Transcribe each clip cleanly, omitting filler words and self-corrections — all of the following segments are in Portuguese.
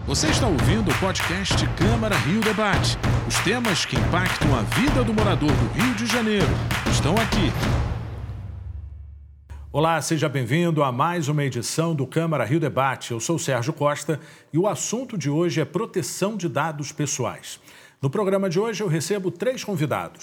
Você está ouvindo o podcast Câmara Rio Debate. Os temas que impactam a vida do morador do Rio de Janeiro estão aqui. Olá, seja bem-vindo a mais uma edição do Câmara Rio Debate. Eu sou Sérgio Costa e o assunto de hoje é proteção de dados pessoais. No programa de hoje eu recebo 3 convidados.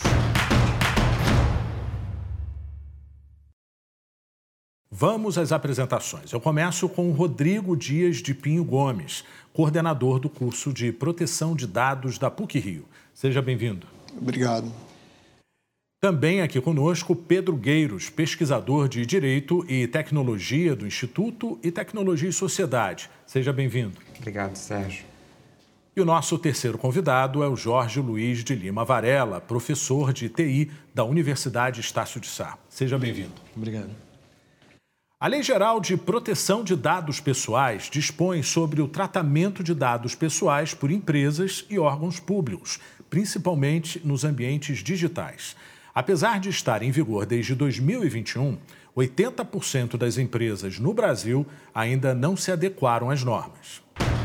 Vamos às apresentações. Eu começo com o Rodrigo Dias de Pinho Gomes, coordenador do curso de Proteção de Dados da PUC-Rio. Seja bem-vindo. Obrigado. Também aqui conosco Pedro Gueiros, pesquisador de Direito e Tecnologia do Instituto e Tecnologia e Sociedade. Seja bem-vindo. Obrigado, Sérgio. E o nosso terceiro convidado é o Jorge Luiz de Lima Varela, professor de TI da Universidade Estácio de Sá. Seja bem-vindo. Obrigado. A Lei Geral de Proteção de Dados Pessoais dispõe sobre o tratamento de dados pessoais por empresas e órgãos públicos, principalmente nos ambientes digitais. Apesar de estar em vigor desde 2021, 80% das empresas no Brasil ainda não se adequaram às normas.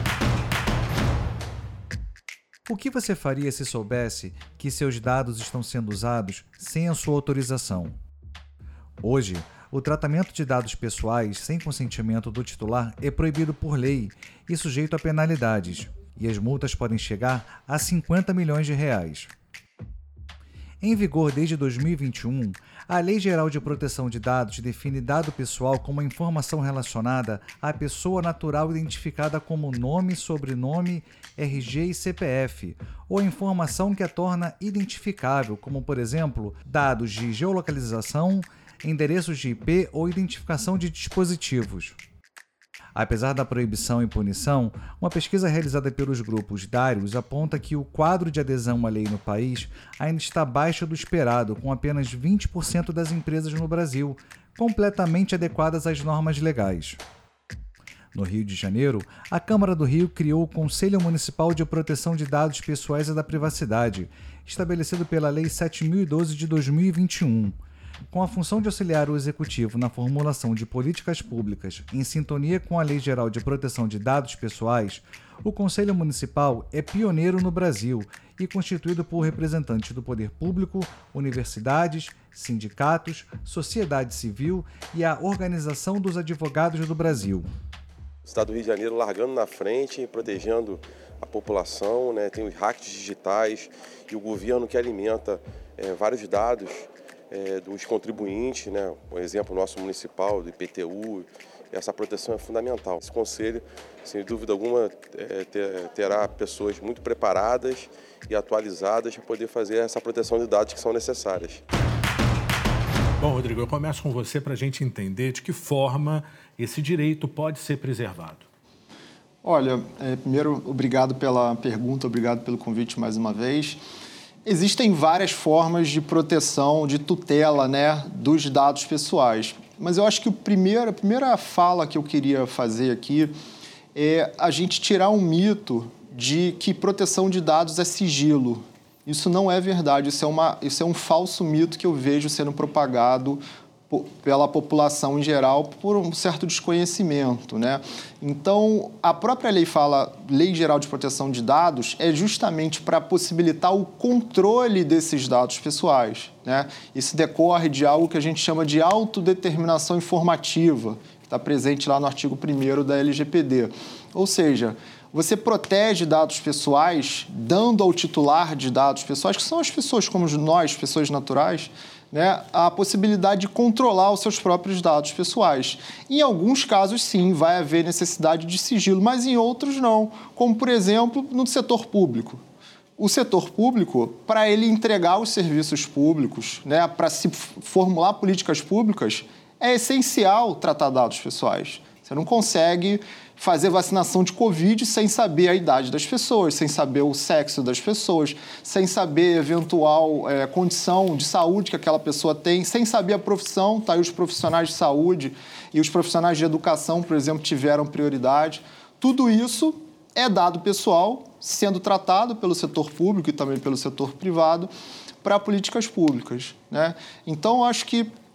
O que você faria se soubesse que seus dados estão sendo usados sem a sua autorização? Hoje, o tratamento de dados pessoais sem consentimento do titular é proibido por lei e sujeito a penalidades, e as multas podem chegar a 50 milhões de reais. Em vigor desde 2021, a Lei Geral de Proteção de Dados define dado pessoal como a informação relacionada à pessoa natural identificada como nome, sobrenome, RG e CPF, ou a informação que a torna identificável, como, por exemplo, dados de geolocalização, endereços de IP ou identificação de dispositivos. Apesar da proibição e punição, uma pesquisa realizada pelos grupos Darius aponta que o quadro de adesão à lei no país ainda está abaixo do esperado, com apenas 20% das empresas no Brasil completamente adequadas às normas legais. No Rio de Janeiro, a Câmara do Rio criou o Conselho Municipal de Proteção de Dados Pessoais e da Privacidade, estabelecido pela Lei 7.012 de 2021. Com a função de auxiliar o Executivo na formulação de políticas públicas em sintonia com a Lei Geral de Proteção de Dados Pessoais, o Conselho Municipal é pioneiro no Brasil e constituído por representantes do poder público, universidades, sindicatos, sociedade civil e a Organização dos Advogados do Brasil. O Estado do Rio de Janeiro largando na frente, protegendo a população, né? Tem os hacks digitais e o governo que alimenta vários dados dos contribuintes, né? Por exemplo, o nosso municipal, do IPTU, essa proteção é fundamental. Esse conselho, sem dúvida alguma, terá pessoas muito preparadas e atualizadas para poder fazer essa proteção de dados que são necessárias. Bom, Rodrigo, eu começo com você para a gente entender de que forma esse direito pode ser preservado. Olha, primeiro, obrigado pela pergunta, obrigado pelo convite mais uma vez. Existem várias formas de proteção, de tutela, né, dos dados pessoais. Mas eu acho que a primeira fala que eu queria fazer aqui é a gente tirar um mito de que proteção de dados é sigilo. Isso não é verdade, isso é um falso mito que eu vejo sendo propagado pela população em geral por um certo desconhecimento, né? Então, a própria lei fala, Lei Geral de Proteção de Dados, é justamente para possibilitar o controle desses dados pessoais, né? Isso decorre de algo que a gente chama de autodeterminação informativa, que está presente lá no artigo 1º da LGPD. Ou seja, você protege dados pessoais, dando ao titular de dados pessoais, que são as pessoas como nós, pessoas naturais, né, a possibilidade de controlar os seus próprios dados pessoais. Em alguns casos, sim, vai haver necessidade de sigilo, mas em outros não, como, por exemplo, no setor público. O setor público, para ele entregar os serviços públicos, né, para se formular políticas públicas, é essencial tratar dados pessoais. Você não consegue fazer vacinação de Covid sem saber a idade das pessoas, sem saber o sexo das pessoas, sem saber a eventual condição de saúde que aquela pessoa tem, sem saber a profissão. Tá aí os profissionais de saúde e os profissionais de educação, por exemplo, tiveram prioridade. Tudo isso é dado pessoal sendo tratado pelo setor público e também pelo setor privado para políticas públicas, né? Então, acho que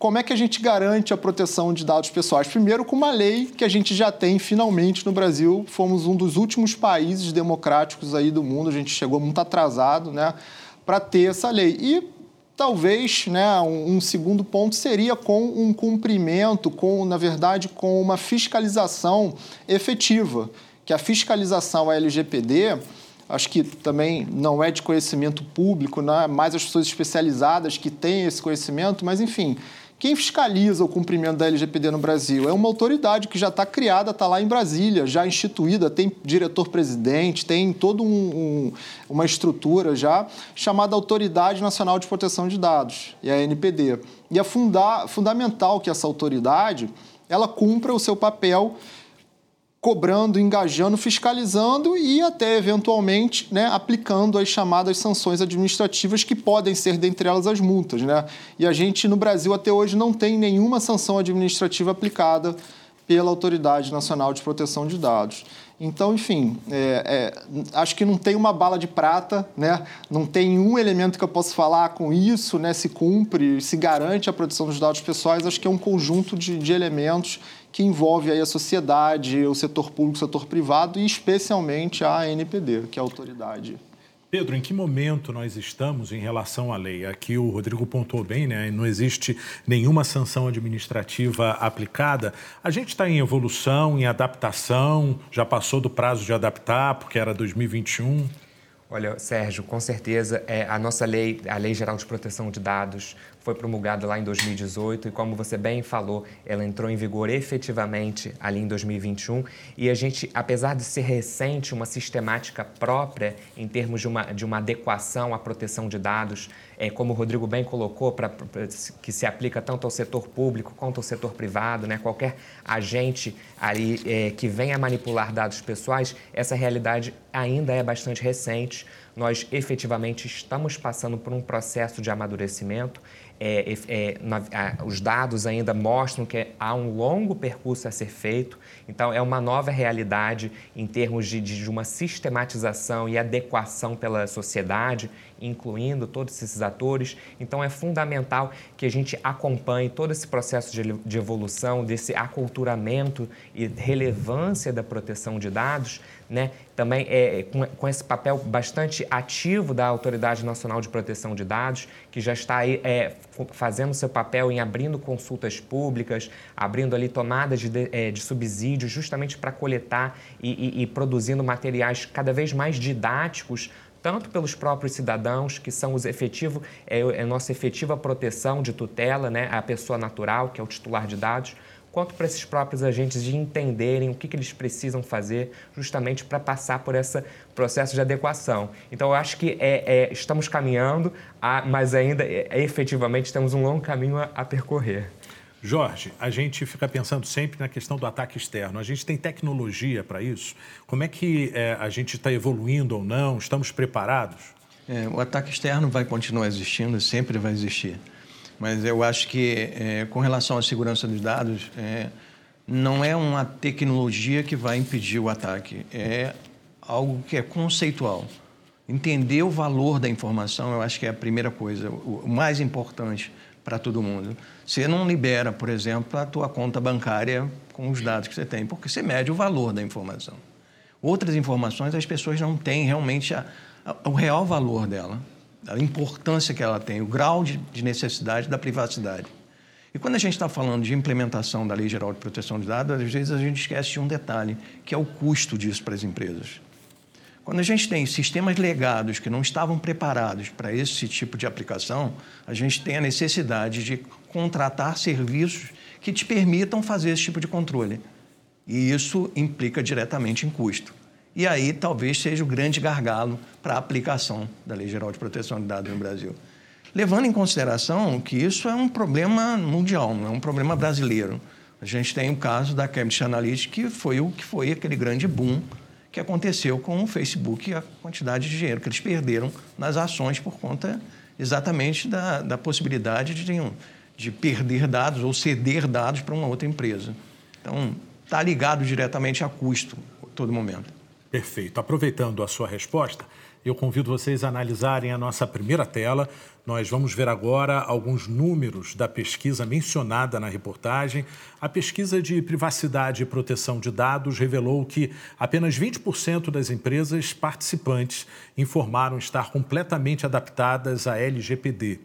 como é que a gente garante a proteção de dados pessoais? Primeiro, com uma lei que a gente já tem finalmente no Brasil. Fomos um dos últimos países democráticos aí do mundo, a gente chegou muito atrasado, né, para ter essa lei. E talvez, né, um segundo ponto seria com um cumprimento, na verdade, com uma fiscalização efetiva, que a fiscalização LGPD, acho que também não é de conhecimento público, né, mais as pessoas especializadas que têm esse conhecimento, mas, enfim, quem fiscaliza o cumprimento da LGPD no Brasil é uma autoridade que já está criada, está lá em Brasília, já instituída, tem diretor-presidente, tem toda uma estrutura já chamada Autoridade Nacional de Proteção de Dados, e a ANPD. E é fundamental que essa autoridade ela cumpra o seu papel cobrando, engajando, fiscalizando e até, eventualmente, né, aplicando as chamadas sanções administrativas que podem ser, dentre elas, as multas, né? E a gente, no Brasil, até hoje, não tem nenhuma sanção administrativa aplicada pela Autoridade Nacional de Proteção de Dados. Então, enfim, acho que não tem uma bala de prata, né? Não tem um elemento que eu possa falar com isso, né? Se cumpre, se garante a proteção dos dados pessoais. Acho que é um conjunto de elementos que envolve aí a sociedade, o setor público, o setor privado e especialmente a ANPD, que é a autoridade. Pedro, em que momento nós estamos em relação à lei? Aqui o Rodrigo pontuou bem, né? Não existe nenhuma sanção administrativa aplicada. A gente está em evolução, em adaptação, já passou do prazo de adaptar, porque era 2021. Olha, Sérgio, com certeza, a nossa lei, a Lei Geral de Proteção de Dados, foi promulgada lá em 2018 e, como você bem falou, ela entrou em vigor efetivamente ali em 2021 e a gente, apesar de ser recente, uma sistemática própria em termos de uma adequação à proteção de dados, como o Rodrigo bem colocou, que se aplica tanto ao setor público quanto ao setor privado, né? Qualquer agente ali que venha manipular dados pessoais, essa realidade ainda é bastante recente. Nós efetivamente estamos passando por um processo de amadurecimento. Os dados ainda mostram que há um longo percurso a ser feito, então é uma nova realidade em termos de uma sistematização e adequação pela sociedade, incluindo todos esses atores. Então é fundamental que a gente acompanhe todo esse processo de evolução, desse aculturamento e relevância da proteção de dados, né? Também com esse papel bastante ativo da Autoridade Nacional de Proteção de Dados, que já está aí fazendo seu papel em abrindo consultas públicas, abrindo ali tomadas de subsídios, justamente para coletar e produzindo materiais cada vez mais didáticos, tanto pelos próprios cidadãos, que são a nossa efetiva proteção de tutela, né, a pessoa natural, que é o titular de dados, quanto para esses próprios agentes de entenderem o que eles precisam fazer justamente para passar por esse processo de adequação. Então, eu acho que estamos caminhando, mas ainda efetivamente temos um longo caminho a percorrer. Jorge, a gente fica pensando sempre na questão do ataque externo. A gente tem tecnologia para isso? Como é que a gente está evoluindo ou não? Estamos preparados? O ataque externo vai continuar existindo, sempre vai existir. Mas eu acho que, com relação à segurança dos dados, não é uma tecnologia que vai impedir o ataque. É algo que é conceitual. Entender o valor da informação, eu acho que é a primeira coisa, o mais importante para todo mundo. Você não libera, por exemplo, a tua conta bancária com os dados que você tem, porque você mede o valor da informação. Outras informações, as pessoas não têm realmente o real valor dela, a importância que ela tem, o grau de necessidade da privacidade. E quando a gente está falando de implementação da Lei Geral de Proteção de Dados, às vezes a gente esquece de um detalhe, que é o custo disso para as empresas. Quando a gente tem sistemas legados que não estavam preparados para esse tipo de aplicação, a gente tem a necessidade de contratar serviços que te permitam fazer esse tipo de controle. E isso implica diretamente em custo. E aí talvez seja o grande gargalo para a aplicação da Lei Geral de Proteção de Dados no Brasil. Levando em consideração que isso é um problema mundial, não é um problema brasileiro. A gente tem o caso da Cambridge Analytica, que foi aquele grande boom que aconteceu com o Facebook e a quantidade de dinheiro que eles perderam nas ações por conta exatamente da possibilidade de perder dados ou ceder dados para uma outra empresa. Então, está ligado diretamente a custo a todo momento. Perfeito. Aproveitando a sua resposta, Eu convido vocês a analisarem a nossa primeira tela. Nós vamos ver agora alguns números da pesquisa mencionada na reportagem. A pesquisa de privacidade e proteção de dados revelou que apenas 20% das empresas participantes informaram estar completamente adaptadas à LGPD.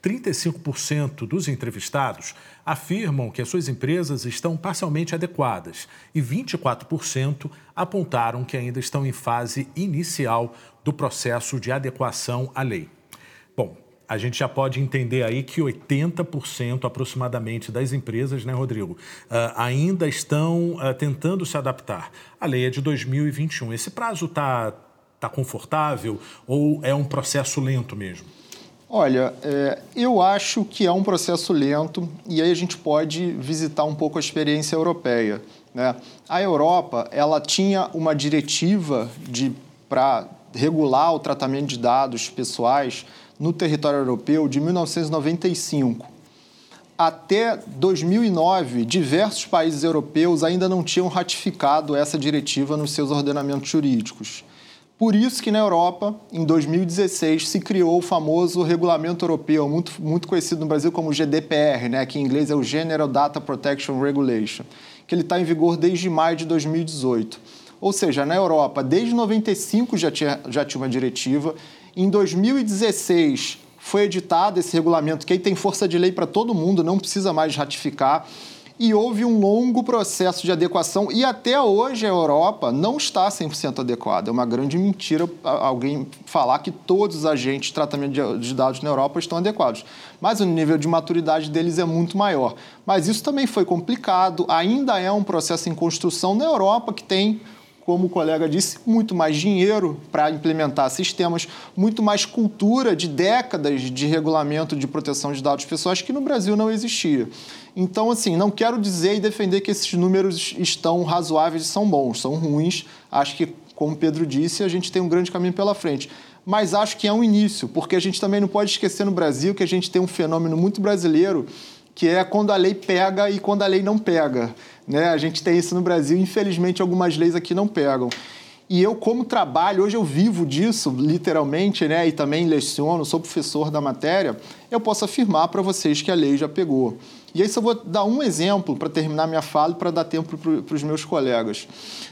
35% dos entrevistados afirmam que as suas empresas estão parcialmente adequadas e 24% apontaram que ainda estão em fase inicial do processo de adequação à lei. Bom, a gente já pode entender aí que 80% aproximadamente das empresas, né, Rodrigo, ainda estão tentando se adaptar. A lei é de 2021. Esse prazo está confortável ou é um processo lento mesmo? Olha, eu acho que é um processo lento e aí a gente pode visitar um pouco a experiência europeia, né? A Europa, ela tinha uma diretiva para regular o tratamento de dados pessoais no território europeu de 1995. Até 2009, diversos países europeus ainda não tinham ratificado essa diretiva nos seus ordenamentos jurídicos. Por isso que na Europa, em 2016, se criou o famoso regulamento europeu, muito conhecido no Brasil como GDPR, né, que em inglês é o General Data Protection Regulation, que ele está em vigor desde maio de 2018. Ou seja, na Europa, desde 95 já tinha uma diretiva. Em 2016, foi editado esse regulamento, que aí tem força de lei para todo mundo, não precisa mais ratificar. E houve um longo processo de adequação e até hoje a Europa não está 100% adequada. É uma grande mentira alguém falar que todos os agentes de tratamento de dados na Europa estão adequados. Mas o nível de maturidade deles é muito maior. Mas isso também foi complicado, ainda é um processo em construção na Europa que tem, como o colega disse, muito mais dinheiro para implementar sistemas, muito mais cultura de décadas de regulamento de proteção de dados pessoais que no Brasil não existia. Então, assim, não quero dizer e defender que esses números estão razoáveis e são bons, são ruins. Acho que, como o Pedro disse, a gente tem um grande caminho pela frente. Mas acho que é um início, porque a gente também não pode esquecer no Brasil que a gente tem um fenômeno muito brasileiro, que é quando a lei pega e quando a lei não pega, né? A gente tem isso no Brasil, infelizmente algumas leis aqui não pegam. E eu, como trabalho, hoje eu vivo disso, literalmente, né? E também leciono, sou professor da matéria, eu posso afirmar para vocês que a lei já pegou. E aí só vou dar um exemplo para terminar minha fala e para dar tempo para os meus colegas.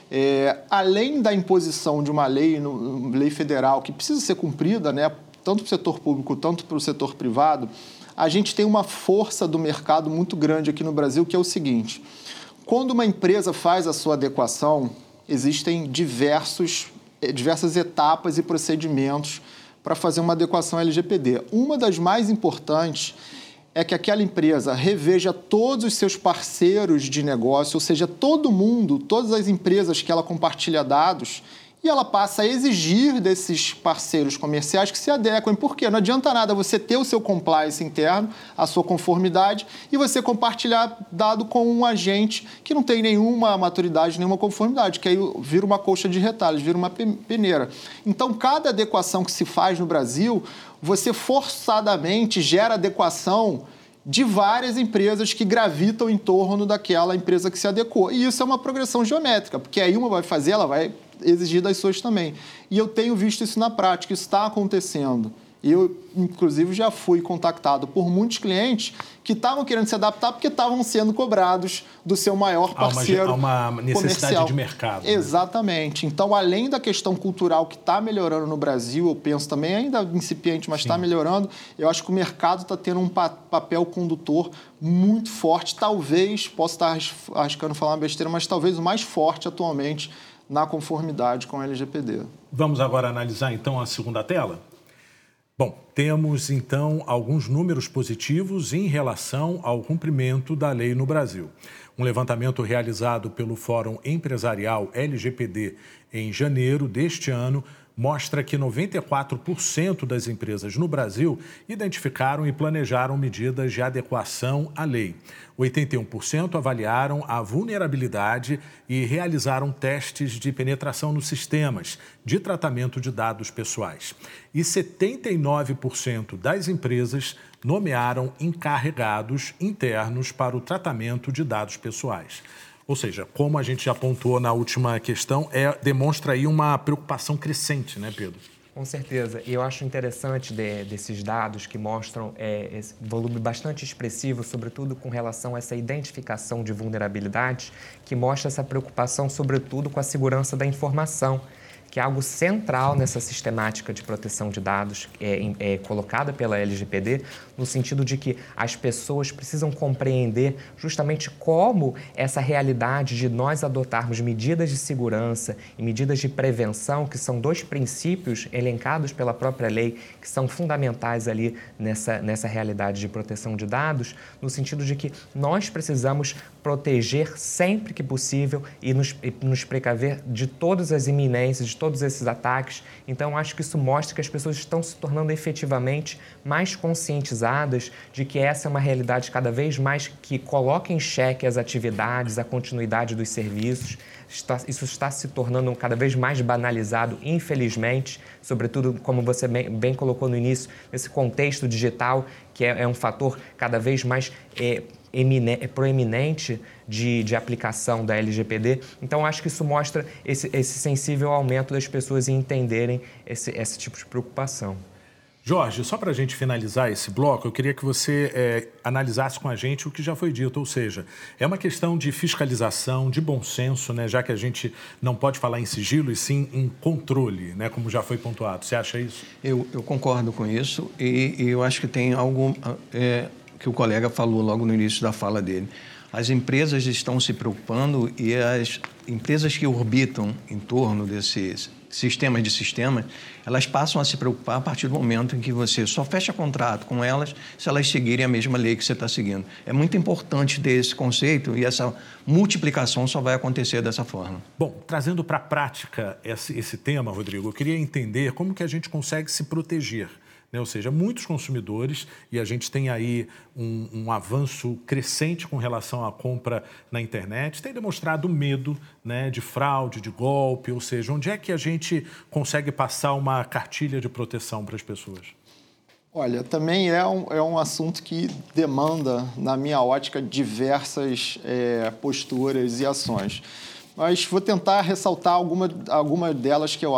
Além da imposição de uma lei, lei federal, que precisa ser cumprida, né? Tanto para o setor público, tanto para o setor privado, a gente tem uma força do mercado muito grande aqui no Brasil, que é o seguinte: quando uma empresa faz a sua adequação, existem diversas etapas e procedimentos para fazer uma adequação LGPD. Uma das mais importantes é que aquela empresa reveja todos os seus parceiros de negócio, ou seja, todo mundo, todas as empresas que ela compartilha dados, e ela passa a exigir desses parceiros comerciais que se adequem. Por quê? Não adianta nada você ter o seu compliance interno, a sua conformidade, e você compartilhar dado com um agente que não tem nenhuma maturidade, nenhuma conformidade, que aí vira uma colcha de retalhos, vira uma peneira. Então, cada adequação que se faz no Brasil, você forçadamente gera adequação de várias empresas que gravitam em torno daquela empresa que se adequou. E isso é uma progressão geométrica, porque aí uma vai fazer, ela vai exigir das suas também. E eu tenho visto isso na prática, isso está acontecendo. Eu, inclusive, já fui contactado por muitos clientes que estavam querendo se adaptar porque estavam sendo cobrados do seu maior parceiro comercial. Há uma necessidade de mercado. Né? Exatamente. Então, além da questão cultural que está melhorando no Brasil, eu penso também, ainda incipiente, mas está melhorando, eu acho que o mercado está tendo um papel condutor muito forte. Talvez, posso estar arriscando falar uma besteira, mas talvez o mais forte atualmente na conformidade com a LGPD. Vamos agora analisar, então, a segunda tela? Bom, temos, então, alguns números positivos em relação ao cumprimento da lei no Brasil. Um levantamento realizado pelo Fórum Empresarial LGPD em janeiro deste ano mostra que 94% das empresas no Brasil identificaram e planejaram medidas de adequação à lei. 81% avaliaram a vulnerabilidade e realizaram testes de penetração nos sistemas de tratamento de dados pessoais. E 79% das empresas nomearam encarregados internos para o tratamento de dados pessoais. Ou seja, como a gente já apontou na última questão, demonstra aí uma preocupação crescente, né, Pedro? Com certeza. E eu acho interessante desses dados que mostram esse volume bastante expressivo, sobretudo com relação a essa identificação de vulnerabilidades, que mostra essa preocupação, sobretudo, com a segurança da informação, que é algo central nessa sistemática de proteção de dados colocada pela LGPD, no sentido de que as pessoas precisam compreender justamente como essa realidade de nós adotarmos medidas de segurança e medidas de prevenção, que são 2 princípios elencados pela própria lei, que são fundamentais ali nessa realidade de proteção de dados, no sentido de que nós precisamos proteger sempre que possível e nos precaver de todas as iminências, de todos esses ataques. Então, acho que isso mostra que as pessoas estão se tornando efetivamente mais conscientizadas de que essa é uma realidade cada vez mais que coloca em xeque as atividades, a continuidade dos serviços. Isso está se tornando cada vez mais banalizado, infelizmente, sobretudo, como você bem colocou no início, nesse contexto digital, que é um fator cada vez mais proeminente de aplicação da LGPD. Então, acho que isso mostra esse sensível aumento das pessoas em entenderem esse tipo de preocupação. Jorge, só para a gente finalizar esse bloco, eu queria que você analisasse com a gente o que já foi dito, ou seja, é uma questão de fiscalização, de bom senso, né, já que a gente não pode falar em sigilo e sim em controle, né, como já foi pontuado. Você acha isso? Eu concordo com isso e eu acho que tem algo que o colega falou logo no início da fala dele. As empresas estão se preocupando e as empresas que orbitam em torno desses sistemas, elas passam a se preocupar a partir do momento em que você só fecha contrato com elas se elas seguirem a mesma lei que você está seguindo. É muito importante ter esse conceito e essa multiplicação só vai acontecer dessa forma. Bom, trazendo para a prática esse tema, Rodrigo, eu queria entender como que a gente consegue se proteger. Ou seja, muitos consumidores, e a gente tem aí um avanço crescente com relação à compra na internet, tem demonstrado medo, né, de fraude, de golpe, ou seja, onde é que a gente consegue passar uma cartilha de proteção para as pessoas? Olha, também é um assunto que demanda, na minha ótica, diversas posturas e ações. Mas vou tentar ressaltar alguma delas que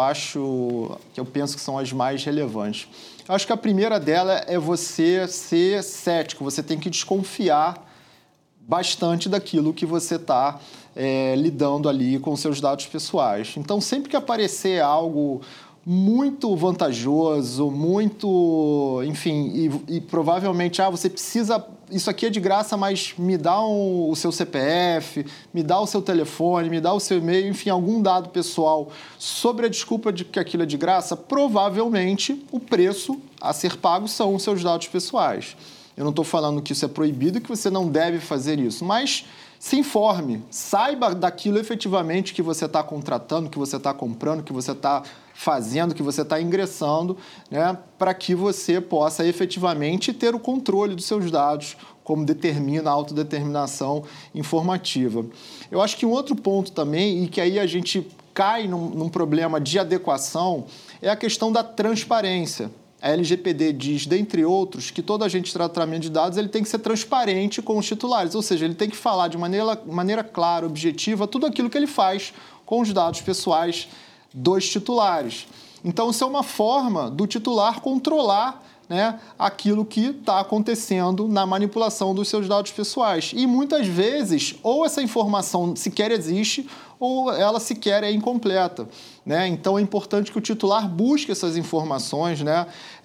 eu penso que são as mais relevantes. Eu acho que a primeira dela é você ser cético, você tem que desconfiar bastante daquilo que você está lidando ali com seus dados pessoais. Então, sempre que aparecer algo muito vantajoso, muito, enfim, e provavelmente, você precisa, isso aqui é de graça, mas me dá o seu CPF, me dá o seu telefone, me dá o seu e-mail, enfim, algum dado pessoal sobre a desculpa de que aquilo é de graça, provavelmente o preço a ser pago são os seus dados pessoais. Eu não estou falando que isso é proibido, que você não deve fazer isso, mas se informe, saiba daquilo efetivamente que você está contratando, que você está comprando, que você está fazendo, que você está ingressando, né, para que você possa efetivamente ter o controle dos seus dados, como determina a autodeterminação informativa. Eu acho que um outro ponto também, e que aí a gente cai num problema de adequação, é a questão da transparência. A LGPD diz, dentre outros, que todo agente de tratamento de dados ele tem que ser transparente com os titulares, ou seja, ele tem que falar de maneira clara, objetiva, tudo aquilo que ele faz com os dados pessoais dos titulares. Então, isso é uma forma do titular controlar, né, aquilo que está acontecendo na manipulação dos seus dados pessoais. E, muitas vezes, ou essa informação sequer existe, ou ela sequer é incompleta, né? Então, é importante que o titular busque essas informações, né?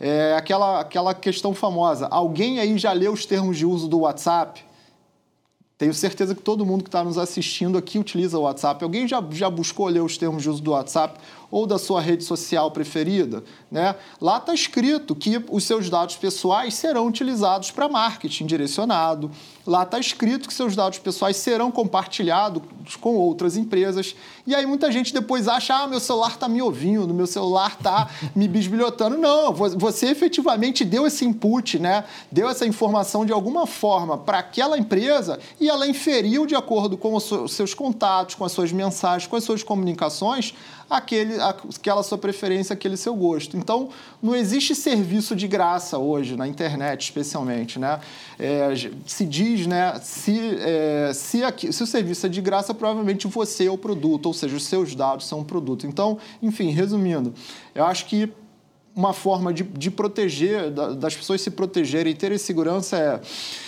Aquela questão famosa, alguém aí já leu os termos de uso do WhatsApp? Tenho certeza que todo mundo que está nos assistindo aqui utiliza o WhatsApp. Alguém já buscou ler os termos de uso do WhatsApp ou da sua rede social preferida? Né? Lá está escrito que os seus dados pessoais serão utilizados para marketing direcionado. Lá está escrito que seus dados pessoais serão compartilhados com outras empresas. E aí muita gente depois acha, meu celular está me ouvindo, meu celular está me bisbilhotando. Não, você efetivamente deu esse input, né? Deu essa informação de alguma forma para aquela empresa e ela inferiu de acordo com os seus contatos, com as suas mensagens, com as suas comunicações, aquela sua preferência, aquele seu gosto. Então, não existe serviço de graça hoje, na internet especialmente, né? Se diz, né, se o serviço é de graça, provavelmente você é o produto, ou seja, os seus dados são o produto. Então, enfim, resumindo, eu acho que uma forma de proteger, das pessoas se protegerem e terem segurança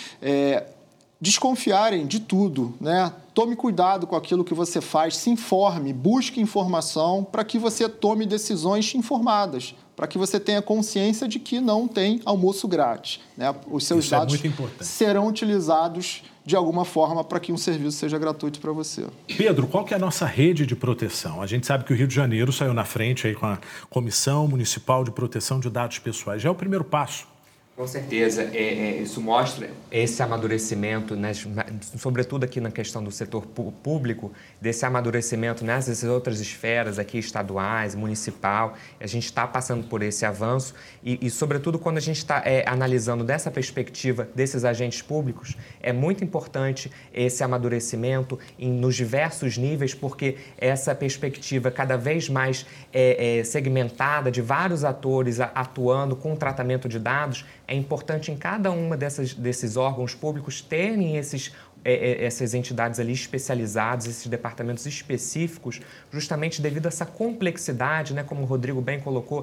desconfiarem de tudo, né? Tome cuidado com aquilo que você faz, se informe, busque informação para que você tome decisões informadas, para que você tenha consciência de que não tem almoço grátis, né? Os seus dados serão utilizados de alguma forma para que um serviço seja gratuito para você. Pedro, qual que é a nossa rede de proteção? A gente sabe que o Rio de Janeiro saiu na frente aí com a Comissão Municipal de Proteção de Dados Pessoais. Já é o primeiro passo. Com certeza, isso mostra esse amadurecimento, né, sobretudo aqui na questão do setor público, desse amadurecimento nessas outras esferas aqui, estaduais, municipal. A gente está passando por esse avanço e sobretudo, quando a gente está analisando dessa perspectiva desses agentes públicos, é muito importante esse amadurecimento nos diversos níveis, porque essa perspectiva cada vez mais segmentada, de vários atores atuando com o tratamento de dados, é importante em cada uma desses órgãos públicos terem essas entidades ali especializadas, esses departamentos específicos, justamente devido a essa complexidade, né? Como o Rodrigo bem colocou,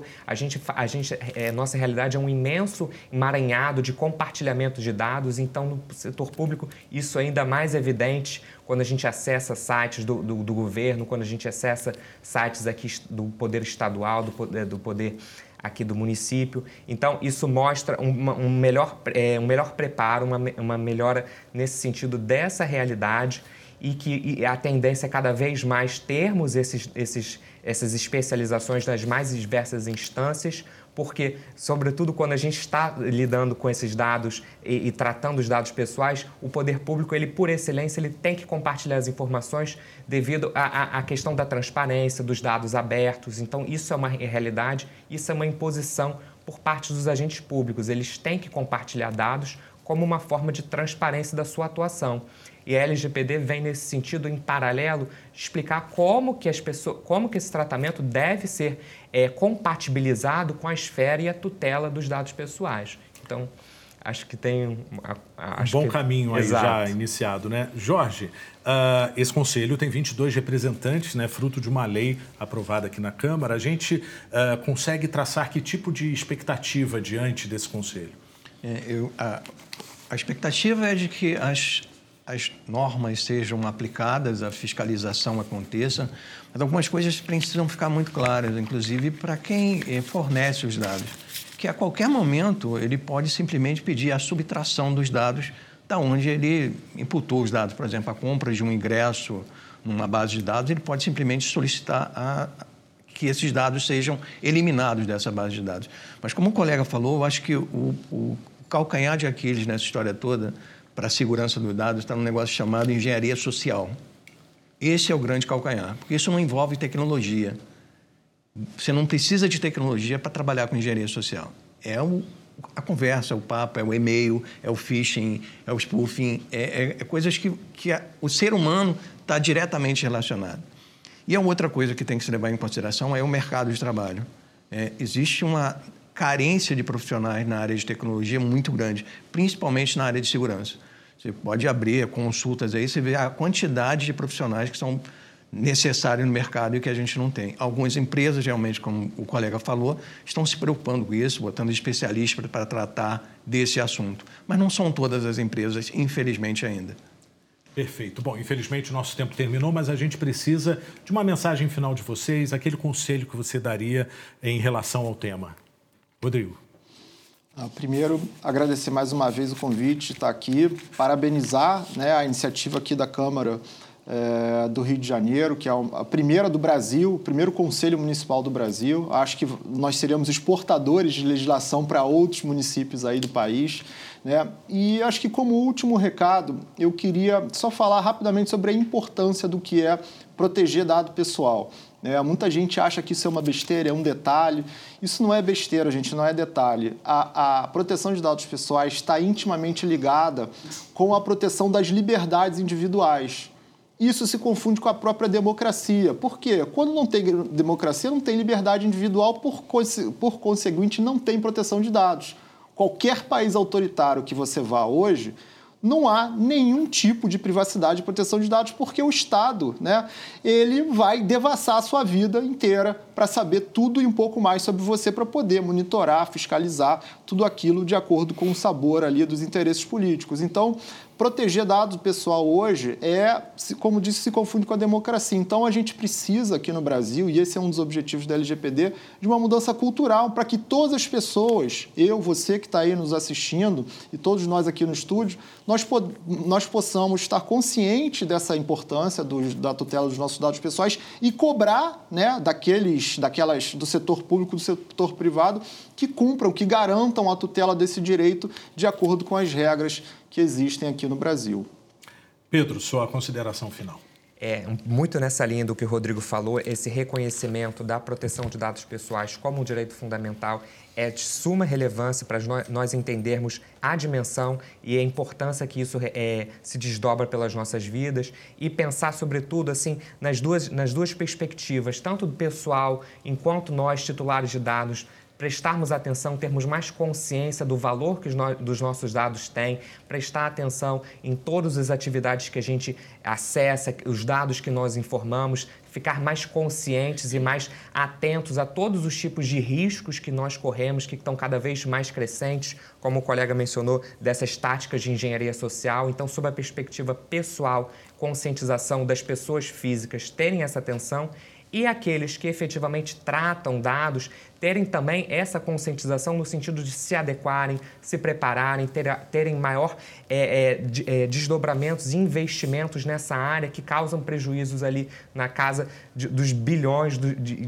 nossa realidade é um imenso emaranhado de compartilhamento de dados, então no setor público isso é ainda mais evidente quando a gente acessa sites do governo, quando a gente acessa sites aqui do poder estadual, do poder aqui do município. Então, isso mostra um melhor preparo, uma melhora nesse sentido dessa realidade e a tendência é cada vez mais termos essas especializações nas mais diversas instâncias, porque, sobretudo, quando a gente está lidando com esses dados e tratando os dados pessoais, o poder público, ele, por excelência, ele tem que compartilhar as informações devido à questão da transparência, dos dados abertos. Então, isso é uma realidade, isso é uma imposição por parte dos agentes públicos. Eles têm que compartilhar dados como uma forma de transparência da sua atuação. E a LGPD vem nesse sentido, em paralelo, explicar como que esse tratamento deve ser compatibilizado com a esfera e a tutela dos dados pessoais. Então, acho que tem um bom caminho aí já iniciado, né? Jorge, esse conselho tem 22 representantes, né, fruto de uma lei aprovada aqui na Câmara. A gente consegue traçar que tipo de expectativa diante desse conselho? A expectativa é de que as normas sejam aplicadas, a fiscalização aconteça, mas algumas coisas precisam ficar muito claras, inclusive para quem fornece os dados, que a qualquer momento ele pode simplesmente pedir a subtração dos dados da onde ele imputou os dados. Por exemplo, a compra de um ingresso numa base de dados, ele pode simplesmente solicitar que esses dados sejam eliminados dessa base de dados. Mas como o colega falou, eu acho que o calcanhar de Aquiles nessa história toda para a segurança dos dados está num negócio chamado engenharia social. Esse é o grande calcanhar, porque isso não envolve tecnologia. Você não precisa de tecnologia para trabalhar com engenharia social. É a conversa, o papo, é o e-mail, é o phishing, é o spoofing, coisas que o ser humano está diretamente relacionado. E a outra coisa que tem que se levar em consideração é o mercado de trabalho. Existe uma carência de profissionais na área de tecnologia muito grande, principalmente na área de segurança. Você pode abrir consultas aí, você vê a quantidade de profissionais que são necessários no mercado e que a gente não tem. Algumas empresas, realmente, como o colega falou, estão se preocupando com isso, botando especialistas para tratar desse assunto. Mas não são todas as empresas, infelizmente, ainda. Perfeito. Bom, infelizmente o nosso tempo terminou, mas a gente precisa de uma mensagem final de vocês, aquele conselho que você daria em relação ao tema. Rodrigo. Primeiro, agradecer mais uma vez o convite de estar aqui, parabenizar, né, a iniciativa aqui da Câmara do Rio de Janeiro, que é a primeira do Brasil, o primeiro Conselho Municipal do Brasil. Acho que nós seríamos exportadores de legislação para outros municípios aí do país, né? E acho que, como último recado, eu queria só falar rapidamente sobre a importância do que é proteger dado pessoal. Muita gente acha que isso é uma besteira, é um detalhe. Isso não é besteira, gente, não é detalhe. A proteção de dados pessoais está intimamente ligada com a proteção das liberdades individuais. Isso se confunde com a própria democracia. Por quê? Quando não tem democracia, não tem liberdade individual, por conseguinte, não tem proteção de dados. Qualquer país autoritário que você vá hoje, não há nenhum tipo de privacidade e proteção de dados, porque o Estado, né, ele vai devassar a sua vida inteira para saber tudo e um pouco mais sobre você, para poder monitorar, fiscalizar tudo aquilo de acordo com o sabor ali dos interesses políticos. Então, proteger dados pessoal hoje como disse, se confunde com a democracia. Então, a gente precisa aqui no Brasil, e esse é um dos objetivos da LGPD, de uma mudança cultural para que todas as pessoas, eu, você que está aí nos assistindo e todos nós aqui no estúdio, nós possamos estar conscientes dessa importância da tutela dos nossos dados pessoais e cobrar, né, do setor público, do setor privado, que cumpram, que garantam a tutela desse direito de acordo com as regras que existem aqui no Brasil. Pedro, sua consideração final. Muito nessa linha do que o Rodrigo falou, esse reconhecimento da proteção de dados pessoais como um direito fundamental é de suma relevância para nós entendermos a dimensão e a importância que isso se desdobra pelas nossas vidas e pensar, sobretudo, assim, nas duas perspectivas, tanto do pessoal enquanto nós, titulares de dados, prestarmos atenção, termos mais consciência do valor que dos nossos dados têm, prestar atenção em todas as atividades que a gente acessa, os dados que nós informamos, ficar mais conscientes e mais atentos a todos os tipos de riscos que nós corremos, que estão cada vez mais crescentes, como o colega mencionou, dessas táticas de engenharia social. Então, sob a perspectiva pessoal, conscientização das pessoas físicas terem essa atenção e aqueles que efetivamente tratam dados terem também essa conscientização no sentido de se adequarem, se prepararem, terem maior desdobramentos e investimentos nessa área que causam prejuízos ali na casa dos bilhões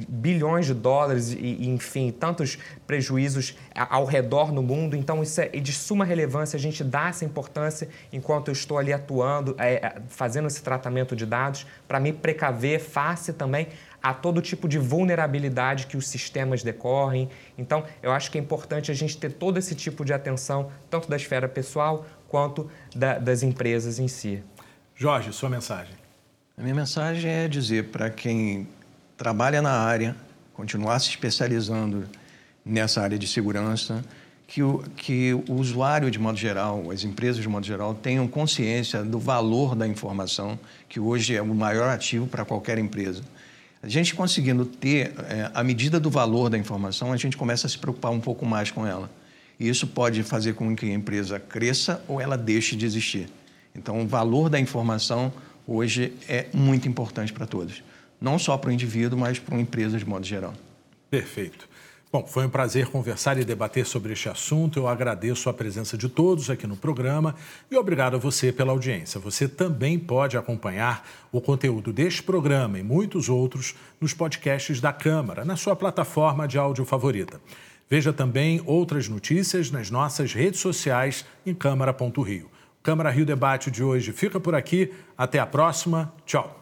de dólares e, enfim, tantos prejuízos ao redor no mundo. Então, isso é de suma relevância a gente dar essa importância enquanto eu estou ali atuando, fazendo esse tratamento de dados, para me precaver face também a todo tipo de vulnerabilidade que os sistemas decorrem. Então, eu acho que é importante a gente ter todo esse tipo de atenção, tanto da esfera pessoal quanto das empresas em si. Jorge, sua mensagem. A minha mensagem é dizer para quem trabalha na área, continuar se especializando nessa área de segurança, que o usuário, de modo geral, as empresas, de modo geral, tenham consciência do valor da informação, que hoje é o maior ativo para qualquer empresa. A gente conseguindo ter a medida do valor da informação, a gente começa a se preocupar um pouco mais com ela. E isso pode fazer com que a empresa cresça ou ela deixe de existir. Então, o valor da informação hoje é muito importante para todos. Não só para o indivíduo, mas para uma empresa de modo geral. Perfeito. Bom, foi um prazer conversar e debater sobre este assunto. Eu agradeço a presença de todos aqui no programa e obrigado a você pela audiência. Você também pode acompanhar o conteúdo deste programa e muitos outros nos podcasts da Câmara, na sua plataforma de áudio favorita. Veja também outras notícias nas nossas redes sociais em Câmara.Rio. O Câmara Rio Debate de hoje fica por aqui. Até a próxima. Tchau.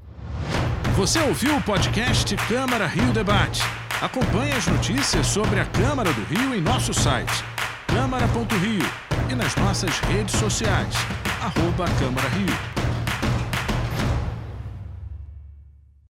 Você ouviu o podcast Câmara Rio Debate. Acompanhe as notícias sobre a Câmara do Rio em nosso site, Câmara.Rio, e nas nossas redes sociais, @Câmara Rio.